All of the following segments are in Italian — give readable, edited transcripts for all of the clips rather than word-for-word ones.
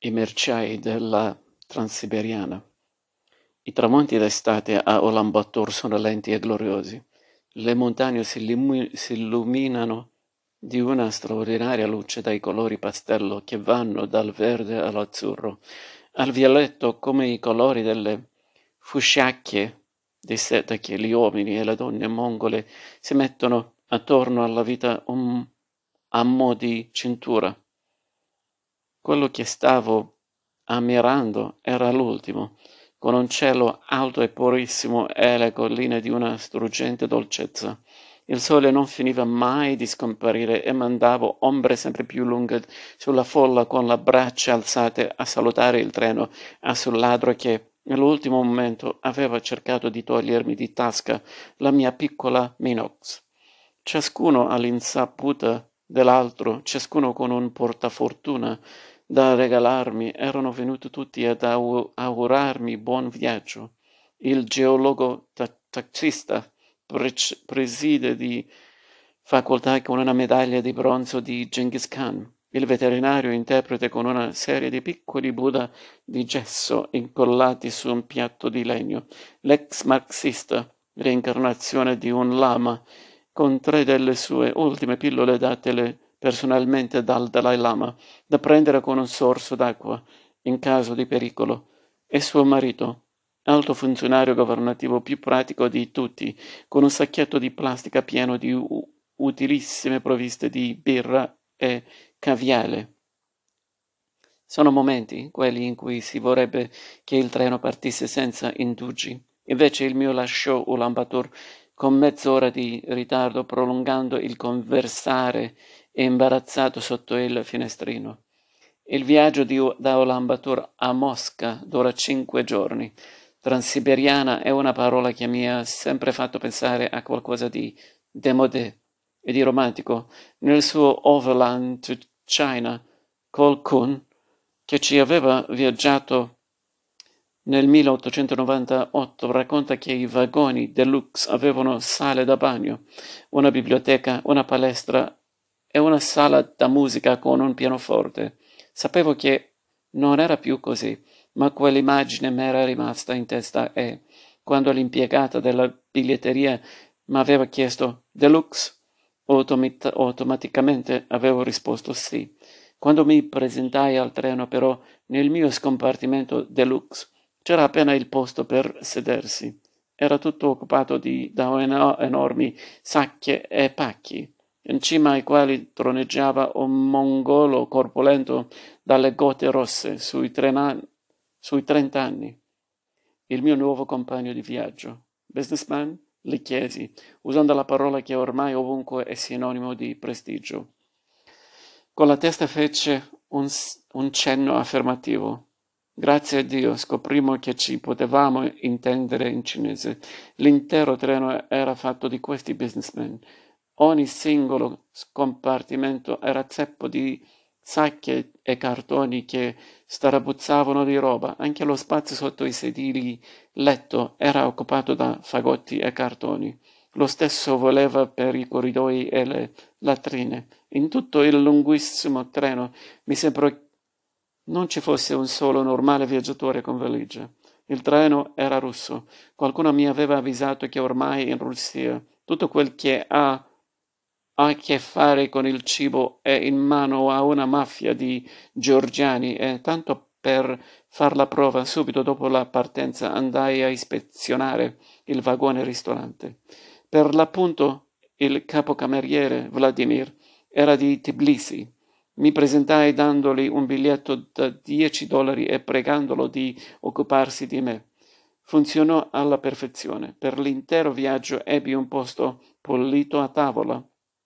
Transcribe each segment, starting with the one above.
I merciai della Transiberiana. I tramonti d'estate a Ulaanbaatar sono lenti e gloriosi. Le montagne si illuminano di una straordinaria luce dai colori pastello che vanno dal verde all'azzurro, al violetto come i colori delle fusciacchie di seta che gli uomini e le donne mongole si mettono attorno alla vita a mo' di cintura. Quello che stavo ammirando era l'ultimo, con un cielo alto e purissimo e le colline di una struggente dolcezza. Il sole non finiva mai di scomparire e mandavo ombre sempre più lunghe sulla folla con le braccia alzate a salutare il treno a sul ladro che nell'ultimo momento aveva cercato di togliermi di tasca la mia piccola Minox. Ciascuno all'insaputa dell'altro, ciascuno con un portafortuna da regalarmi, erano venuti tutti ad augurarmi buon viaggio. Il geologo taxista, preside di facoltà con una medaglia di bronzo di Genghis Khan, il veterinario interprete con una serie di piccoli Buddha di gesso incollati su un piatto di legno, l'ex marxista, reincarnazione di un lama, con 3 delle sue ultime pillole datele personalmente dal Dalai Lama, da prendere con un sorso d'acqua in caso di pericolo, e suo marito, alto funzionario governativo più pratico di tutti, con un sacchetto di plastica pieno di utilissime provviste di birra e caviale. Sono momenti, quelli in cui si vorrebbe che il treno partisse senza indugi. Invece il mio lasciò Ulaanbaatar con mezz'ora di ritardo, prolungando il conversare imbarazzato sotto il finestrino. Il viaggio da Ulaanbaatar a Mosca dura 5 giorni. Transiberiana è una parola che mi ha sempre fatto pensare a qualcosa di démodé e di romantico. Nel suo Overland to China, Col Kun, che ci aveva viaggiato nel 1898, racconta che i vagoni deluxe avevano sale da bagno, una biblioteca, una palestra e una sala da musica con un pianoforte. Sapevo che non era più così, ma quell'immagine m'era rimasta in testa e, quando l'impiegata della biglietteria m'aveva chiesto deluxe, automaticamente avevo risposto sì. Quando mi presentai al treno, però, nel mio scompartimento deluxe c'era appena il posto per sedersi. Era tutto occupato da enormi sacche e pacchi, in cima ai quali troneggiava un mongolo corpulento dalle gote rosse sui 30 anni. Il mio nuovo compagno di viaggio. Businessman? Gli chiesi, usando la parola che ormai ovunque è sinonimo di prestigio. Con la testa fece un cenno affermativo. Grazie a Dio scoprimmo che ci potevamo intendere in cinese. L'intero treno era fatto di questi businessmen. Ogni singolo scompartimento era zeppo di sacche e cartoni che starabuzzavano di roba. Anche lo spazio sotto i sedili letto era occupato da fagotti e cartoni. Lo stesso voleva per i corridoi e le latrine. In tutto il lunghissimo treno mi sembrò non ci fosse un solo normale viaggiatore con valigia. Il treno era russo. Qualcuno mi aveva avvisato che ormai in Russia tutto quel che ha a che fare con il cibo è in mano a una mafia di georgiani e tanto per far la prova subito dopo la partenza andai a ispezionare il vagone ristorante. Per l'appunto il capocameriere Vladimir era di Tbilisi. Mi presentai dandogli un biglietto da $10 e pregandolo di occuparsi di me. Funzionò alla perfezione. Per l'intero viaggio ebbi un posto pulito a tavola,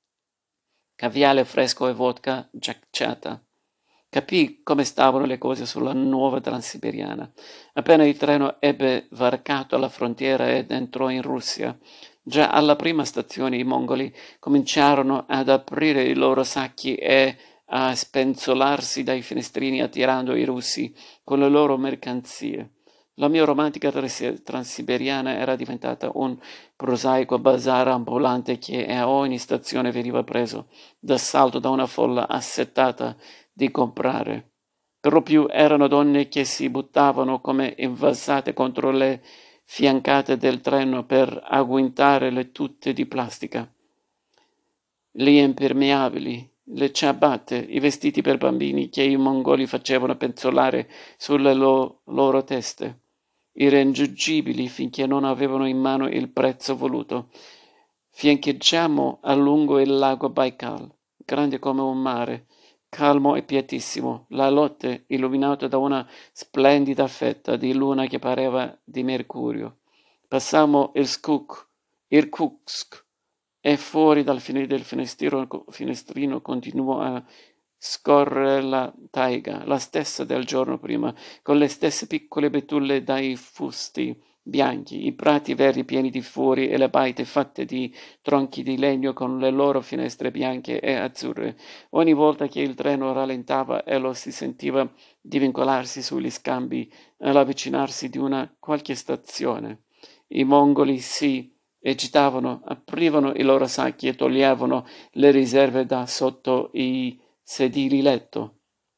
caviale fresco e vodka giacciata. Capii come stavano le cose sulla nuova Transiberiana. Appena il treno ebbe varcato la frontiera ed entrò in Russia, già alla prima stazione i mongoli cominciarono ad aprire i loro sacchi e a spenzolarsi dai finestrini attirando i russi con le loro mercanzie. La mia romantica transiberiana era diventata un prosaico bazar ambulante che a ogni stazione veniva preso d'assalto da una folla assetata di comprare. Per lo più erano donne che si buttavano come invassate contro le fiancate del treno per agguantare le tute di plastica, gli impermeabili, le ciabatte, i vestiti per bambini che i mongoli facevano penzolare sulle loro teste, irraggiungibili finché non avevano in mano il prezzo voluto. Fiancheggiamo a lungo il lago Baikal, grande come un mare, calmo e pietissimo, la notte illuminata da una splendida fetta di luna che pareva di mercurio. Passammo Irkutsk, e fuori del finestrino continuò a scorrere la taiga, la stessa del giorno prima, con le stesse piccole betulle dai fusti bianchi, i prati veri pieni di fiori e le baite fatte di tronchi di legno con le loro finestre bianche e azzurre. Ogni volta che il treno rallentava e lo si sentiva divincolarsi sugli scambi all'avvicinarsi di una qualche stazione. I mongoli si agitavano, aprivano i loro sacchi e toglievano le riserve da sotto i sedili letto.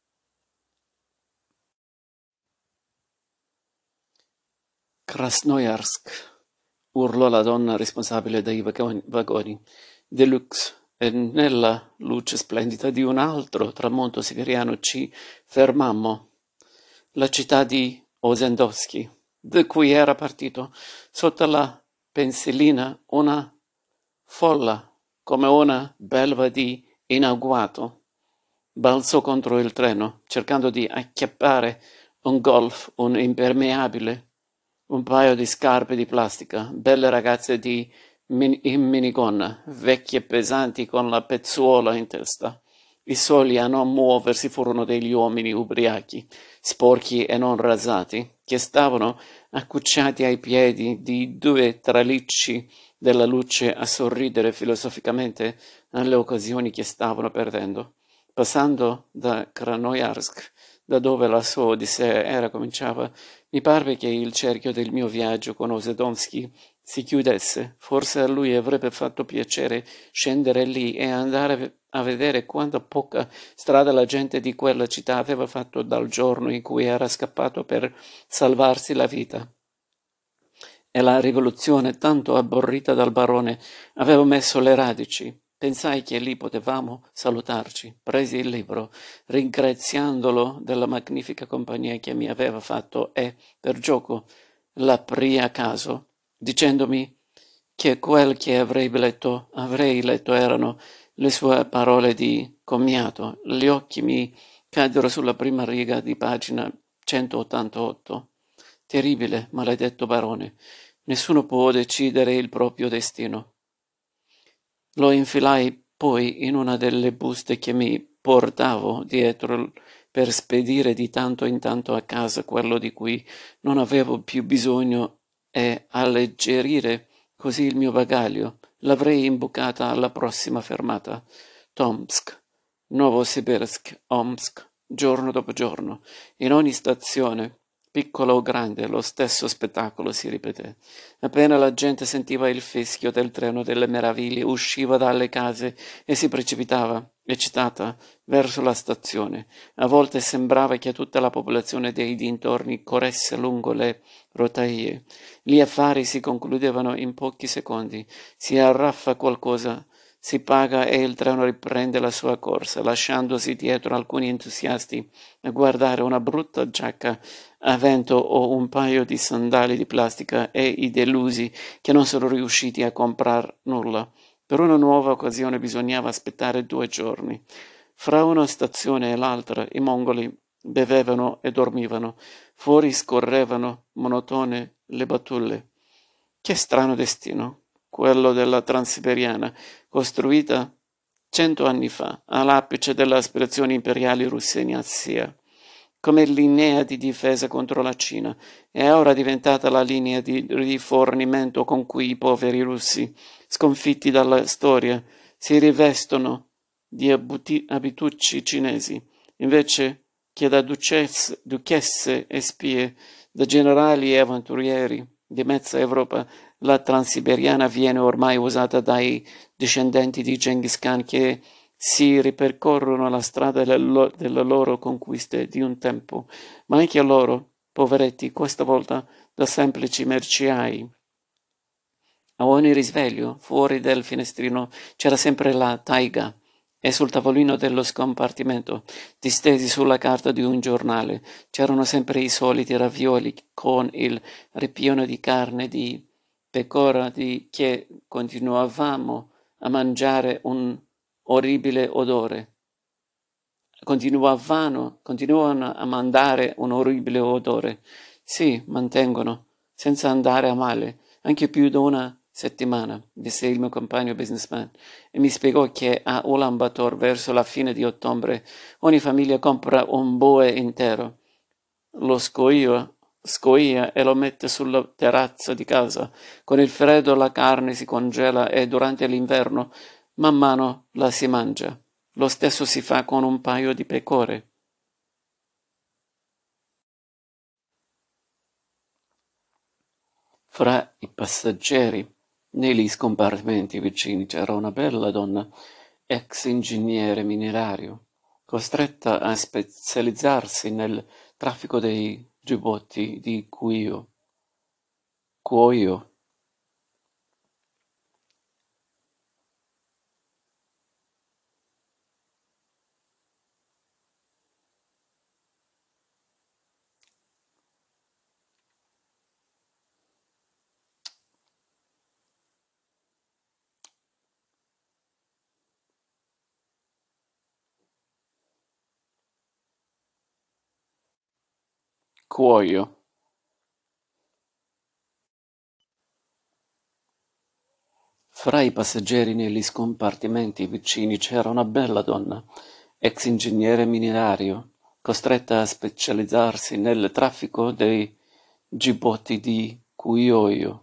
Krasnojarsk, urlò la donna responsabile dei vagoni. Deluxe, e nella luce splendida di un altro tramonto siberiano ci fermammo. La città di Osendovsky, da cui era partito, sotto la pensilina una folla, come una belva di inagguato, balzò contro il treno, cercando di acchiappare un golf, un impermeabile, un paio di scarpe di plastica, belle ragazze in minigonna, vecchie pesanti con la pezzuola in testa. I soli a non muoversi furono degli uomini ubriachi, sporchi e non rasati, che stavano accucciati ai piedi di due tralicci della luce a sorridere filosoficamente alle occasioni che stavano perdendo. Passando da Krasnojarsk, da dove la sua odissea era cominciata, mi parve che il cerchio del mio viaggio con Osedomski si chiudesse. Forse a lui avrebbe fatto piacere scendere lì e andare a vedere quanta poca strada la gente di quella città aveva fatto dal giorno in cui era scappato per salvarsi la vita. E la rivoluzione, tanto aborrita dal barone, aveva messo le radici. Pensai che lì potevamo salutarci. Presi il libro, ringraziandolo della magnifica compagnia che mi aveva fatto e, per gioco, l'aprii a caso, dicendomi che quel che avrei letto erano le sue parole di commiato. Gli occhi mi caddero sulla prima riga di pagina 188. Terribile, maledetto barone. Nessuno può decidere il proprio destino. Lo infilai poi in una delle buste che mi portavo dietro per spedire di tanto in tanto a casa quello di cui non avevo più bisogno e alleggerire così il mio bagaglio. L'avrei imbucata alla prossima fermata. Tomsk, Novosibirsk, Omsk, giorno dopo giorno. In ogni stazione, piccola o grande, lo stesso spettacolo si ripeté. Appena la gente sentiva il fischio del treno delle meraviglie, usciva dalle case e si precipitava, eccitata, verso la stazione. A volte sembrava che tutta la popolazione dei dintorni corresse lungo le rotaie. Gli affari si concludevano in pochi secondi. Si arraffa qualcosa, si paga e il treno riprende la sua corsa, lasciandosi dietro alcuni entusiasti a guardare una brutta giacca a vento o un paio di sandali di plastica e i delusi che non sono riusciti a comprar nulla. Per una nuova occasione bisognava aspettare 2 giorni. Fra una stazione e l'altra i mongoli bevevano e dormivano, fuori scorrevano monotone le batulle. Che strano destino, quello della Transiberiana, costruita 100 anni fa, all'apice delle aspirazioni imperiali russe in Asia, come linea di difesa contro la Cina, è ora diventata la linea di rifornimento con cui i poveri russi, sconfitti dalla storia, si rivestono di abitucci cinesi, invece che da duchesse e spie, da generali e avventurieri di mezza Europa. La Transiberiana viene ormai usata dai discendenti di Genghis Khan che si ripercorrono la strada delle loro conquiste di un tempo, ma anche loro, poveretti, questa volta da semplici merciai. A ogni risveglio, fuori del finestrino, c'era sempre la taiga, e sul tavolino dello scompartimento, distesi sulla carta di un giornale, c'erano sempre i soliti ravioli con il ripieno di carne di pecora che continuavamo a mangiare un orribile odore. Continuano a mandare un orribile odore. Sì, mantengono, senza andare a male, anche più di una settimana, disse il mio compagno businessman, e mi spiegò che a Ulaanbaatar verso la fine di ottobre ogni famiglia compra un bue intero, lo scoia e lo mette sulla terrazza di casa. Con il freddo la carne si congela e durante l'inverno man mano la si mangia. Lo stesso si fa con un paio di pecore. Fra i passeggeri, negli scompartimenti vicini, c'era una bella donna, ex ingegnere minerario, costretta a specializzarsi nel traffico dei giubbotti di cuoio, cuoio. Fra i passeggeri negli scompartimenti vicini c'era una bella donna, ex ingegnere minerario, costretta a specializzarsi nel traffico dei giubbotti di cuoio.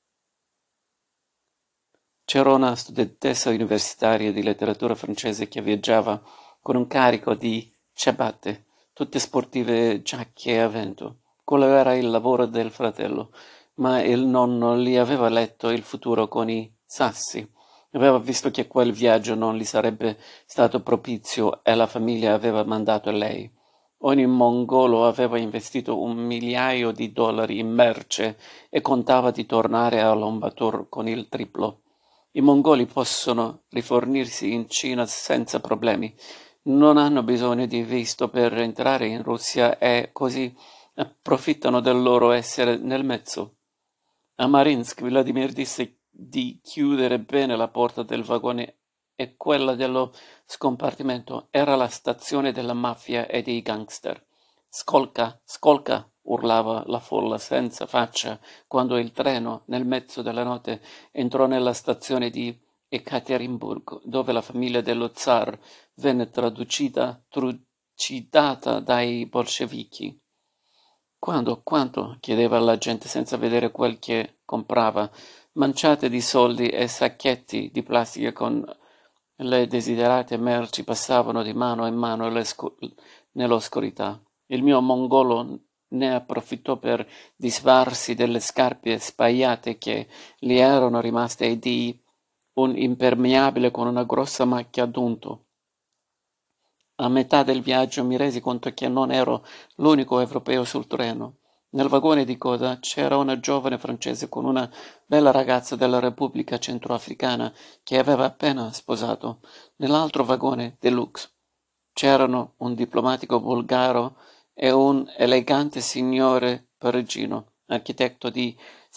C'era una studentessa universitaria di letteratura francese che viaggiava con un carico di ciabatte, tutte sportive giacche a vento. Quello era il lavoro del fratello, ma il nonno gli aveva letto il futuro con i sassi. Aveva visto che quel viaggio non gli sarebbe stato propizio e la famiglia aveva mandato lei. Ogni mongolo aveva investito 1 migliaio di dollari in merce e contava di tornare a Ulaanbaatar con il triplo. I mongoli possono rifornirsi in Cina senza problemi, non hanno bisogno di visto per entrare in Russia e così approfittano del loro essere nel mezzo. A Marinsk Vladimir disse di chiudere bene la porta del vagone e quella dello scompartimento era la stazione della mafia e dei gangster. Scolca, scolca, urlava la folla senza faccia quando il treno, nel mezzo della notte, entrò nella stazione di Ekaterinburg, dove la famiglia dello zar venne trucidata dai bolscevichi. Quanto? Chiedeva la gente senza vedere quel che comprava. Manciate di soldi e sacchetti di plastica con le desiderate merci passavano di mano in mano nell'oscurità. Il mio mongolo ne approfittò per disfarsi delle scarpe spaiate che gli erano rimaste e di un impermeabile con una grossa macchia d'unto. A metà del viaggio mi resi conto che non ero l'unico europeo sul treno. Nel vagone di coda c'era una giovane francese con una bella ragazza della Repubblica Centroafricana che aveva appena sposato. Nell'altro vagone, deluxe, c'erano un diplomatico bulgaro e un elegante signore parigino, architetto di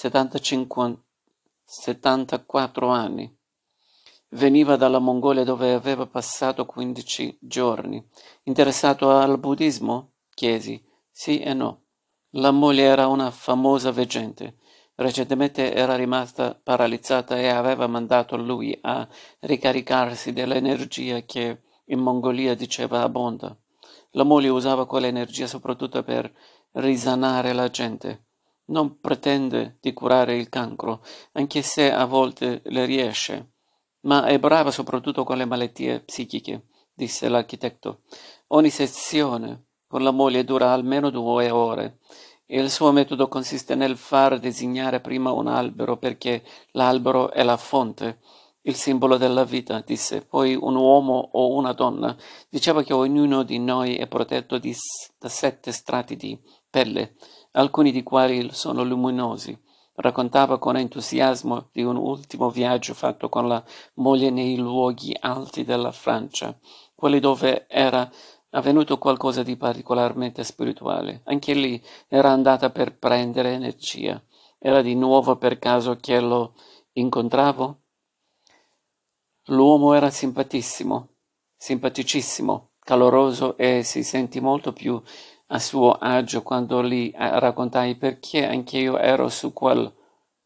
74 anni. Veniva dalla Mongolia dove aveva passato 15 giorni. Interessato al buddismo? Chiesi. Sì e no. La moglie era una famosa veggente. Recentemente era rimasta paralizzata e aveva mandato lui a ricaricarsi dell'energia che in Mongolia diceva abbonda. La moglie usava quell'energia soprattutto per risanare la gente. Non pretende di curare il cancro, anche se a volte le riesce. Ma è brava soprattutto con le malattie psichiche, disse l'architetto. Ogni sezione con la moglie dura almeno 2 ore. Il suo metodo consiste nel far disegnare prima un albero perché l'albero è la fonte il simbolo della vita, disse. Poi un uomo o una donna diceva che ognuno di noi è protetto da 7 strati di pelle, alcuni di quali sono luminosi. Raccontava con entusiasmo di un ultimo viaggio fatto con la moglie nei luoghi alti della Francia, quelli dove era avvenuto qualcosa di particolarmente spirituale. Anche lì era andata per prendere energia. Era di nuovo per caso che lo incontravo? L'uomo era simpaticissimo, caloroso e si sentì molto più a suo agio quando gli raccontai perché anch'io ero su quel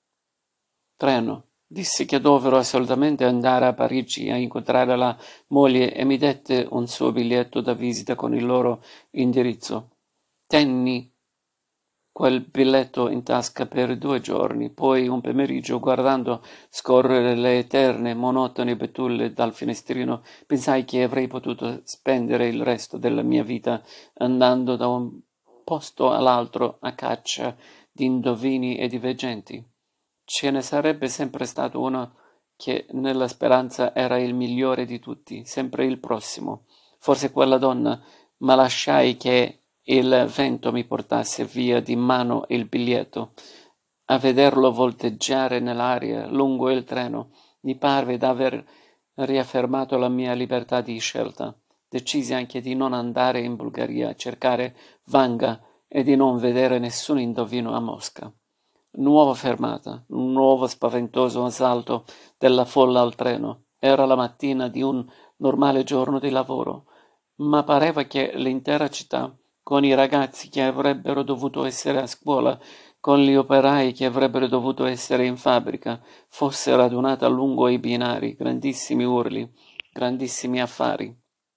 treno. Dissi che dovevo assolutamente andare a Parigi a incontrare la moglie e mi dette un suo biglietto da visita con il loro indirizzo. Tenni quel biglietto in tasca per 2 giorni, poi un pomeriggio, guardando scorrere le eterne, monotone betulle dal finestrino, pensai che avrei potuto spendere il resto della mia vita andando da un posto all'altro a caccia di indovini e di veggenti. Ce ne sarebbe sempre stato uno che nella speranza era il migliore di tutti, sempre il prossimo. Forse quella donna, ma lasciai che il vento mi portasse via di mano il biglietto. A vederlo volteggiare nell'aria lungo il treno, mi parve d'aver riaffermato la mia libertà di scelta. Decisi anche di non andare in Bulgaria a cercare Vanga e di non vedere nessun indovino a Mosca. Nuova fermata, un nuovo spaventoso assalto della folla al treno. Era la mattina di un normale giorno di lavoro, ma pareva che l'intera città, con i ragazzi che avrebbero dovuto essere a scuola, con gli operai che avrebbero dovuto essere in fabbrica, fosse radunata lungo i binari, grandissimi urli, grandissimi affari.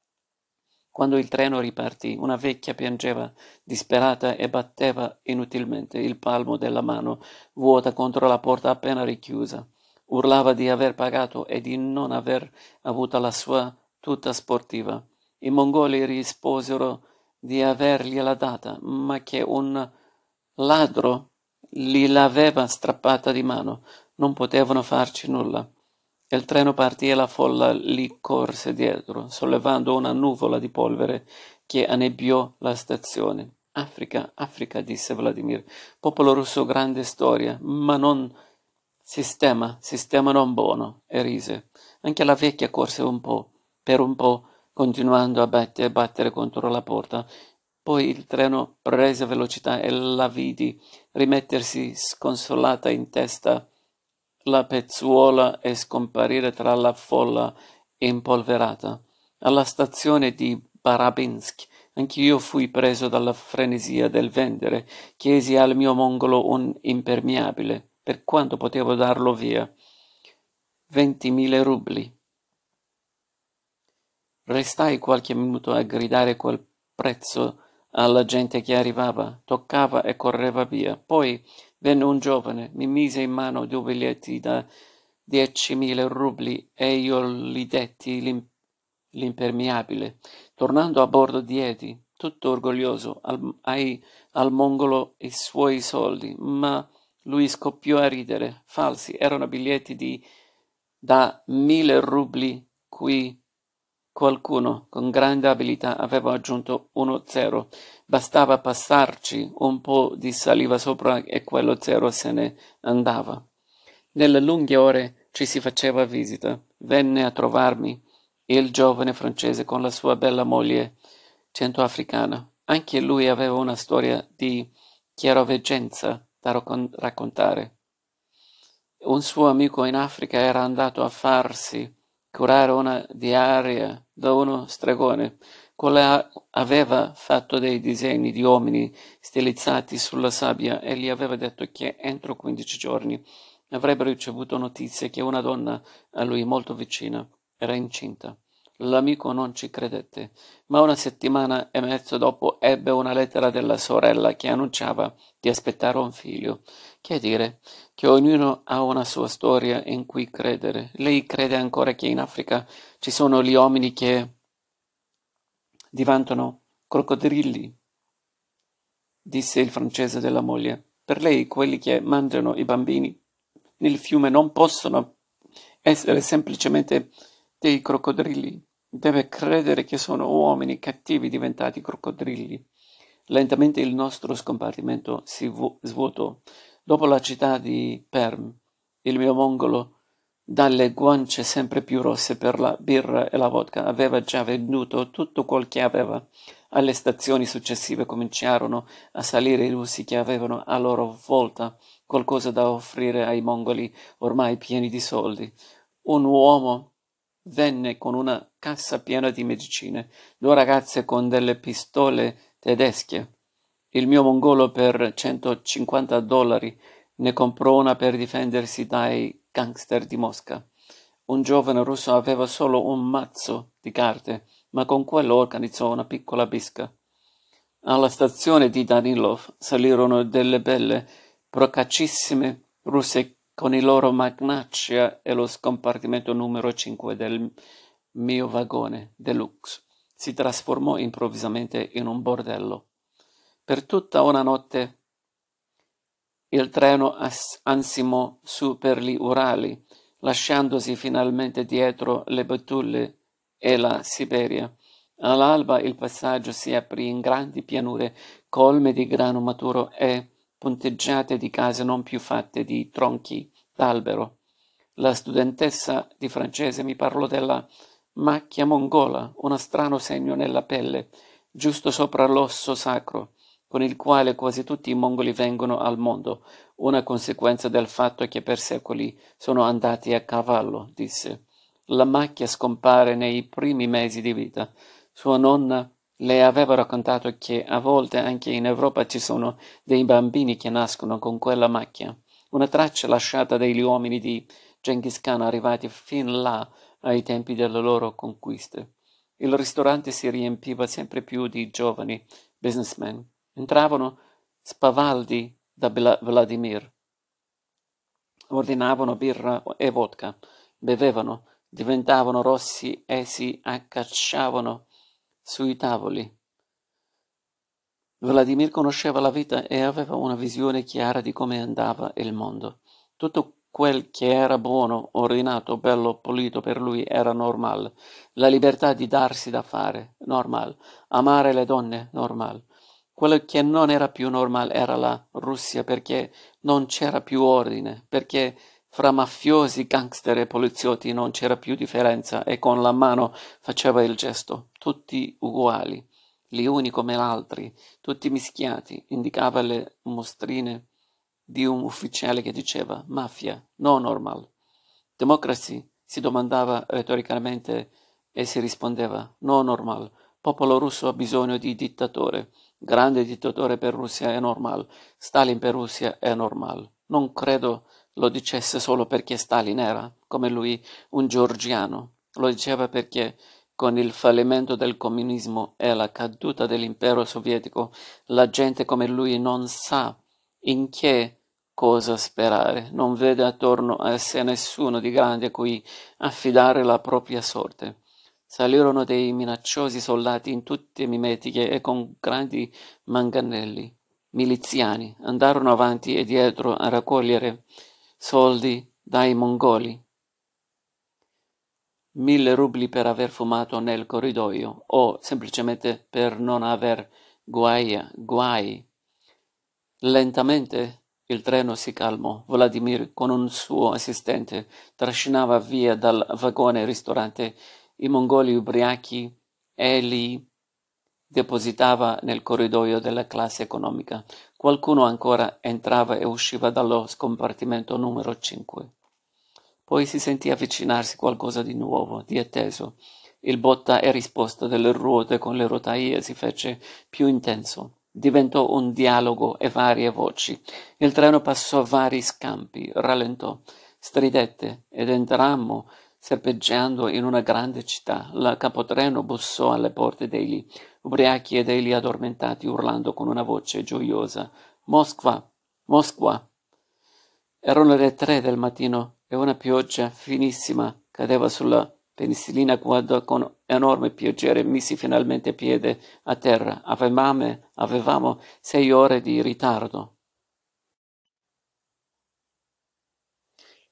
Quando il treno ripartì, una vecchia piangeva disperata e batteva inutilmente il palmo della mano vuota contro la porta appena richiusa. Urlava di aver pagato e di non aver avuto la sua tuta sportiva. I mongoli risposero di avergliela data, ma che un ladro gliel'aveva strappata di mano. Non potevano farci nulla. Il treno partì e la folla gli corse dietro, sollevando una nuvola di polvere che annebbiò la stazione. Africa, Africa, disse Vladimir. Popolo russo, grande storia, ma non sistema non buono, e rise. Anche la vecchia corse un po', per un po', continuando a battere contro la porta. Poi il treno prese velocità e la vidi rimettersi sconsolata in testa la pezzuola e scomparire tra la folla impolverata. Alla stazione di Barabinsk anch'io fui preso dalla frenesia del vendere. Chiesi al mio mongolo un impermeabile, per quanto potevo darlo via. 20.000 rubli. Restai qualche minuto a gridare quel prezzo alla gente che arrivava, toccava e correva via. Poi venne un giovane, mi mise in mano 2 biglietti da 10.000 rubli e io gli detti l'impermeabile. Tornando a bordo diedi, tutto orgoglioso, al mongolo i suoi soldi, ma lui scoppiò a ridere. Falsi, erano biglietti da 1.000 rubli, cui qualcuno con grande abilità aveva aggiunto uno zero. Bastava passarci un po' di saliva sopra e quello zero se ne andava. Nelle lunghe ore ci si faceva visita. Venne a trovarmi il giovane francese con la sua bella moglie centroafricana. Anche lui aveva una storia di chiaroveggenza da raccontare. Un suo amico in Africa era andato a farsi curare una diaria da uno stregone. Quello aveva fatto dei disegni di uomini stilizzati sulla sabbia e gli aveva detto che entro 15 giorni avrebbe ricevuto notizie che una donna a lui molto vicina era incinta. L'amico non ci credette, ma una settimana e mezzo dopo ebbe una lettera della sorella che annunciava di aspettare un figlio. Che dire, che ognuno ha una sua storia in cui credere. Lei crede ancora che in Africa ci sono gli uomini che diventano coccodrilli, disse il francese della moglie. Per lei quelli che mangiano i bambini nel fiume non possono essere semplicemente dei coccodrilli. Deve credere che sono uomini cattivi diventati coccodrilli. Lentamente il nostro scompartimento si svuotò. Dopo la città di Perm, il mio mongolo, dalle guance sempre più rosse per la birra e la vodka, aveva già venduto tutto quel che aveva. Alle stazioni successive cominciarono a salire i russi che avevano a loro volta qualcosa da offrire ai mongoli ormai pieni di soldi. Un uomo venne con una cassa piena di medicine, due ragazze con delle pistole tedesche. Il mio mongolo per $150 ne comprò una per difendersi dai gangster di Mosca. Un giovane russo aveva solo un mazzo di carte, ma con quello organizzò una piccola bisca. Alla stazione di Danilov salirono delle belle, procacissime russe con i loro magnaccia e lo scompartimento numero 5 del mio vagone deluxe si trasformò improvvisamente in un bordello. Per tutta una notte il treno ansimò su per gli Urali, lasciandosi finalmente dietro le betulle e la Siberia. All'alba il passaggio si aprì in grandi pianure colme di grano maturo e punteggiate di case non più fatte di tronchi d'albero. La studentessa di francese mi parlò della macchia mongola, uno strano segno nella pelle, giusto sopra l'osso sacro, con il quale quasi tutti i mongoli vengono al mondo, una conseguenza del fatto che per secoli sono andati a cavallo, disse. La macchia scompare nei primi mesi di vita. Sua nonna le aveva raccontato che a volte anche in Europa ci sono dei bambini che nascono con quella macchia, una traccia lasciata dagli uomini di Genghis Khan arrivati fin là ai tempi delle loro conquiste. Il ristorante si riempiva sempre più di giovani businessmen. Entravano spavaldi da Vladimir, ordinavano birra e vodka, bevevano, diventavano rossi e si accasciavano sui tavoli. Vladimir conosceva la vita e aveva una visione chiara di come andava il mondo. Tutto quel che era buono, ordinato, bello, pulito per lui era normal. La libertà di darsi da fare, normal. Amare le donne, normal. Quello che non era più normal era la Russia perché non c'era più ordine, perché fra mafiosi, gangster e poliziotti non c'era più differenza e con la mano faceva il gesto, tutti uguali, gli uni come gli altri, tutti mischiati, indicava le mostrine di un ufficiale che diceva mafia, no normal. Democracy? Si domandava retoricamente e si rispondeva no normal. Popolo russo ha bisogno di dittatore. Grande dittatore per Russia è normal. Stalin per Russia è normal. Non credo lo dicesse solo perché Stalin era, come lui, un georgiano. Lo diceva perché con il fallimento del comunismo e la caduta dell'impero sovietico, la gente come lui non sa in che cosa sperare, non vede attorno a sé nessuno di grande a cui affidare la propria sorte. Salirono dei minacciosi soldati in tutte mimetiche e con grandi manganelli, miliziani, andarono avanti e dietro a raccogliere soldi dai mongoli. 1.000 rubli per aver fumato nel corridoio o semplicemente per non aver guai. Lentamente il treno si calmò. Vladimir, con un suo assistente, trascinava via dal vagone ristorante i mongoli ubriachi e li depositava nel corridoio della classe economica. Qualcuno ancora entrava e usciva dallo scompartimento numero 5. Poi si sentì avvicinarsi qualcosa di nuovo, di atteso. Il botta e risposta delle ruote con le rotaie si fece più intenso. Diventò un dialogo e varie voci. Il treno passò vari scampi, rallentò, stridette ed entrammo serpeggiando in una grande città. Il capotreno bussò alle porte degli ubriachi e degli addormentati, urlando con una voce gioiosa: Moskva! Moskva! Erano le 3 del mattino e una pioggia finissima cadeva sulla penisilina quando con enorme piacere misi finalmente piede a terra. Avevamo 6 ore di ritardo.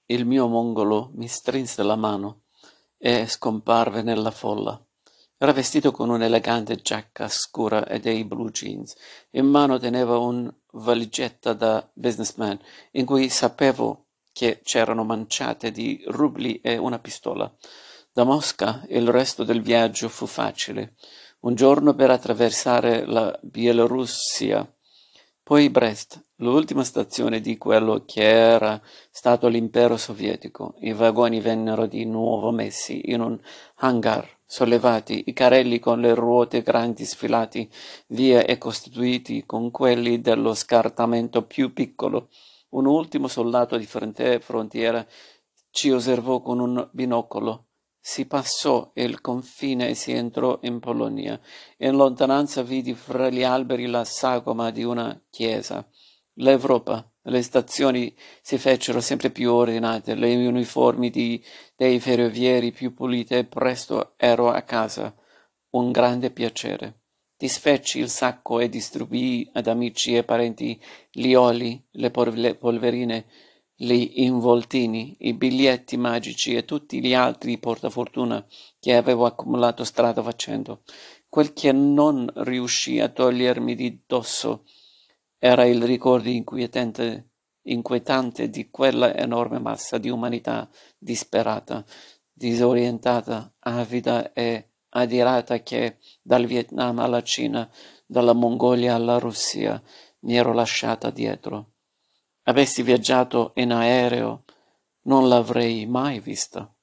Il mio mongolo mi strinse la mano e scomparve nella folla. Era vestito con un'elegante giacca scura e dei blue jeans. In mano teneva un valigetta da businessman in cui sapevo che c'erano manciate di rubli e una pistola. Da Mosca il resto del viaggio fu facile. Un giorno per attraversare la Bielorussia, poi Brest, l'ultima stazione di quello che era stato l'impero sovietico. I vagoni vennero di nuovo messi in un hangar, sollevati, i carrelli con le ruote grandi sfilati via e costituiti con quelli dello scartamento più piccolo. Un ultimo soldato di frontiera ci osservò con un binocolo. Si passò il confine e si entrò in Polonia. In lontananza vidi fra gli alberi la sagoma di una chiesa. L'Europa, le stazioni si fecero sempre più ordinate, le uniformi dei ferrovieri più pulite e presto ero a casa. Un grande piacere. Disfeci il sacco e distribuii ad amici e parenti gli oli, le polverine, gli involtini, i biglietti magici e tutti gli altri portafortuna che avevo accumulato strada facendo. Quel che non riuscì a togliermi di dosso era il ricordo inquietante di quella enorme massa di umanità disperata, disorientata, avida e adirata che, dal Vietnam alla Cina, dalla Mongolia alla Russia, mi ero lasciata dietro. Avessi viaggiato in aereo, non l'avrei mai vista.